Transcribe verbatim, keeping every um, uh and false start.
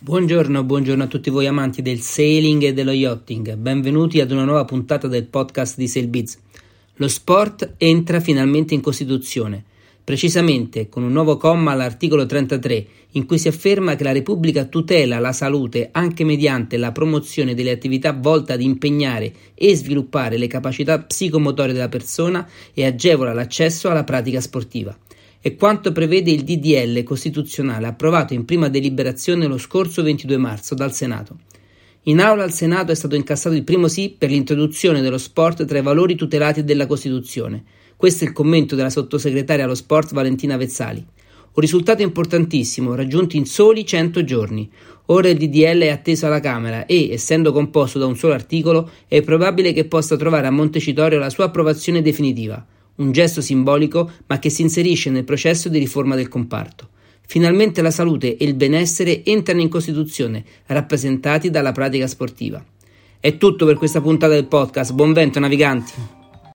Buongiorno, buongiorno a tutti voi amanti del sailing e dello yachting, benvenuti ad una nuova puntata del podcast di SailBiz. Lo sport entra finalmente in Costituzione, precisamente con un nuovo comma all'articolo trentatré, in cui si afferma che la Repubblica tutela la salute anche mediante la promozione delle attività volte ad impegnare e sviluppare le capacità psicomotorie della persona e agevola l'accesso alla pratica sportiva. È quanto prevede il D D L costituzionale approvato in prima deliberazione lo scorso ventidue marzo dal Senato. In aula al Senato è stato incassato il primo sì per l'introduzione dello sport tra i valori tutelati della Costituzione. Questo è il commento della sottosegretaria allo sport Valentina Vezzali. Un risultato importantissimo, raggiunto in soli cento giorni. Ora il D D L è atteso alla Camera e, essendo composto da un solo articolo, è probabile che possa trovare a Montecitorio la sua approvazione definitiva. Un gesto simbolico, ma che si inserisce nel processo di riforma del comparto. Finalmente la salute e il benessere entrano in Costituzione, rappresentati dalla pratica sportiva. È tutto per questa puntata del podcast. Buon vento, naviganti!